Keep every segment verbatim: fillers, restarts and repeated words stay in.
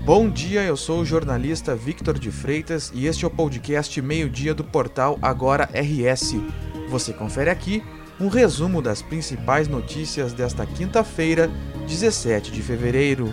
Bom dia, eu sou o jornalista Victor de Freitas e este é o podcast Meio-Dia do portal Agora R S. Você confere aqui um resumo das principais notícias desta quinta-feira, dezessete de fevereiro.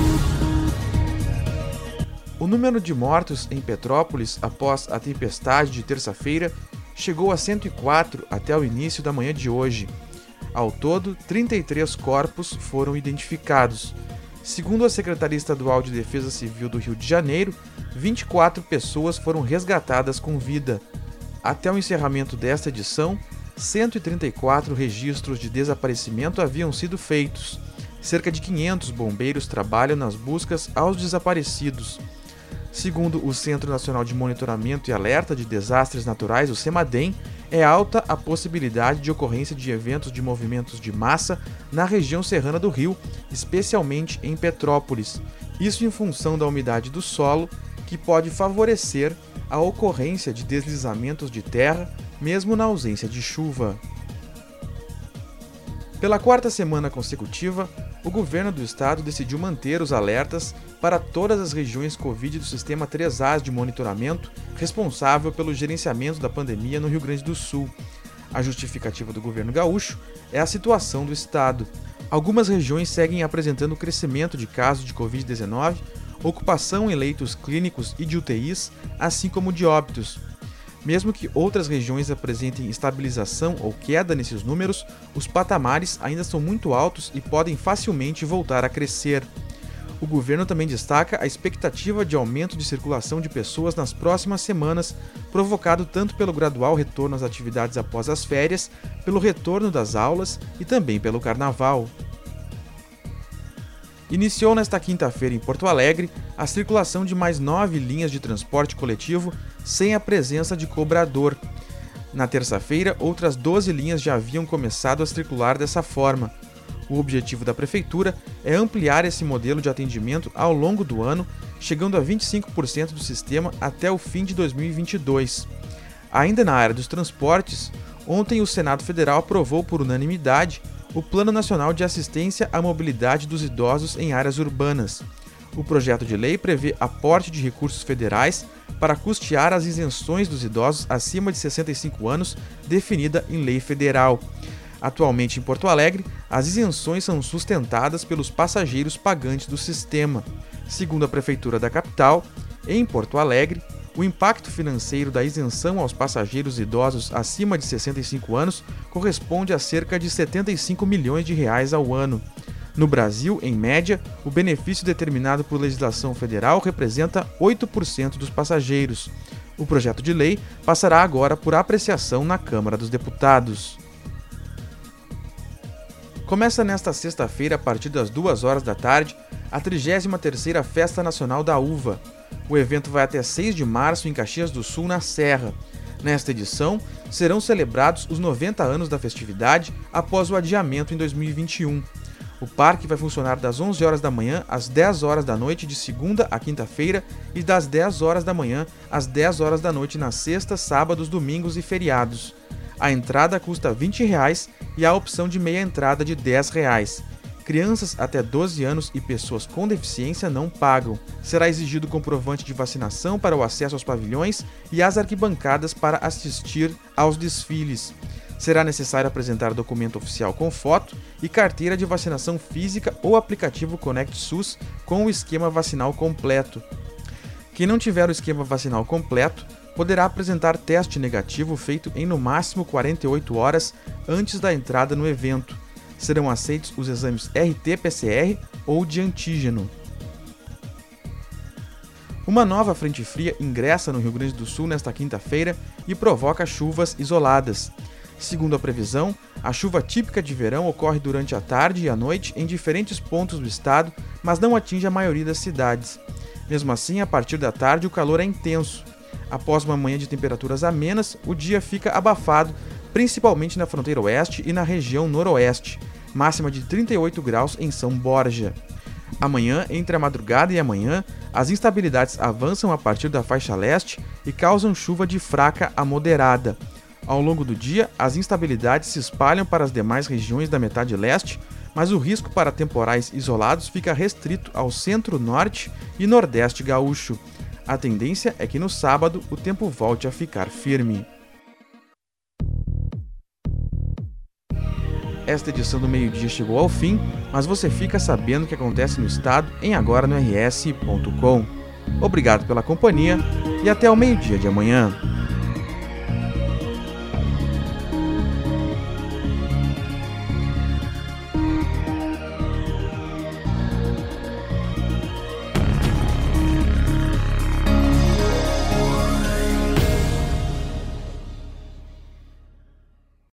O número de mortos em Petrópolis após a tempestade de terça-feira chegou a cento e quatro até o início da manhã de hoje. Ao todo, trinta e três corpos foram identificados. Segundo a Secretaria Estadual de Defesa Civil do Rio de Janeiro, vinte e quatro pessoas foram resgatadas com vida. Até o encerramento desta edição, cento e trinta e quatro registros de desaparecimento haviam sido feitos. Cerca de quinhentos bombeiros trabalham nas buscas aos desaparecidos. Segundo o Centro Nacional de Monitoramento e Alerta de Desastres Naturais, o CEMADEM, é alta a possibilidade de ocorrência de eventos de movimentos de massa na região serrana do Rio, especialmente em Petrópolis. Isso em função da umidade do solo, que pode favorecer a ocorrência de deslizamentos de terra, mesmo na ausência de chuva. Pela quarta semana consecutiva, o governo do estado decidiu manter os alertas para todas as regiões Covid do Sistema três A de monitoramento, responsável pelo gerenciamento da pandemia no Rio Grande do Sul. A justificativa do governo gaúcho é a situação do estado. Algumas regiões seguem apresentando crescimento de casos de covid dezenove, ocupação em leitos clínicos e de U T Is, assim como de óbitos. Mesmo que outras regiões apresentem estabilização ou queda nesses números, os patamares ainda são muito altos e podem facilmente voltar a crescer. O governo também destaca a expectativa de aumento de circulação de pessoas nas próximas semanas, provocado tanto pelo gradual retorno às atividades após as férias, pelo retorno das aulas e também pelo carnaval. Iniciou nesta quinta-feira em Porto Alegre a circulação de mais nove linhas de transporte coletivo sem a presença de cobrador. Na terça-feira, outras doze linhas já haviam começado a circular dessa forma. O objetivo da Prefeitura é ampliar esse modelo de atendimento ao longo do ano, chegando a vinte e cinco por cento do sistema até o fim de dois mil e vinte e dois. Ainda na área dos transportes, ontem o Senado Federal aprovou por unanimidade o Plano Nacional de Assistência à Mobilidade dos Idosos em Áreas Urbanas. O projeto de lei prevê aporte de recursos federais para custear as isenções dos idosos acima de sessenta e cinco anos, definida em lei federal. Atualmente em Porto Alegre, as isenções são sustentadas pelos passageiros pagantes do sistema. Segundo a Prefeitura da capital, em Porto Alegre, o impacto financeiro da isenção aos passageiros idosos acima de sessenta e cinco anos corresponde a cerca de setenta e cinco milhões de reais ao ano. No Brasil, em média, o benefício determinado por legislação federal representa oito por cento dos passageiros. O projeto de lei passará agora por apreciação na Câmara dos Deputados. Começa nesta sexta-feira, a partir das duas horas da tarde, a trigésima terceira Festa Nacional da Uva. O evento vai até seis de março em Caxias do Sul, na Serra. Nesta edição, serão celebrados os noventa anos da festividade após o adiamento em dois mil e vinte e um. O parque vai funcionar das onze horas da manhã às dez horas da noite de segunda a quinta-feira e das dez horas da manhã às dez horas da noite nas sextas, sábados, domingos e feriados. A entrada custa vinte reais e a opção de meia entrada de dez reais. Crianças até doze anos e pessoas com deficiência não pagam. Será exigido comprovante de vacinação para o acesso aos pavilhões e às arquibancadas para assistir aos desfiles. Será necessário apresentar documento oficial com foto e carteira de vacinação física ou aplicativo Conect SUS com o esquema vacinal completo. Quem não tiver o esquema vacinal completo poderá apresentar teste negativo feito em no máximo quarenta e oito horas antes da entrada no evento. Serão aceitos os exames R T P C R ou de antígeno. Uma nova frente fria ingressa no Rio Grande do Sul nesta quinta-feira e provoca chuvas isoladas. Segundo a previsão, a chuva típica de verão ocorre durante a tarde e a noite em diferentes pontos do estado, mas não atinge a maioria das cidades. Mesmo assim, a partir da tarde o calor é intenso. Após uma manhã de temperaturas amenas, o dia fica abafado, principalmente na fronteira oeste e na região noroeste, máxima de trinta e oito graus em São Borja. Amanhã, entre a madrugada e amanhã, as instabilidades avançam a partir da faixa leste e causam chuva de fraca a moderada. Ao longo do dia, as instabilidades se espalham para as demais regiões da metade leste, mas o risco para temporais isolados fica restrito ao centro-norte e nordeste gaúcho. A tendência é que no sábado o tempo volte a ficar firme. Esta edição do Meio-Dia chegou ao fim, mas você fica sabendo o que acontece no estado em agora no r s ponto com. Obrigado pela companhia e até o meio-dia de amanhã.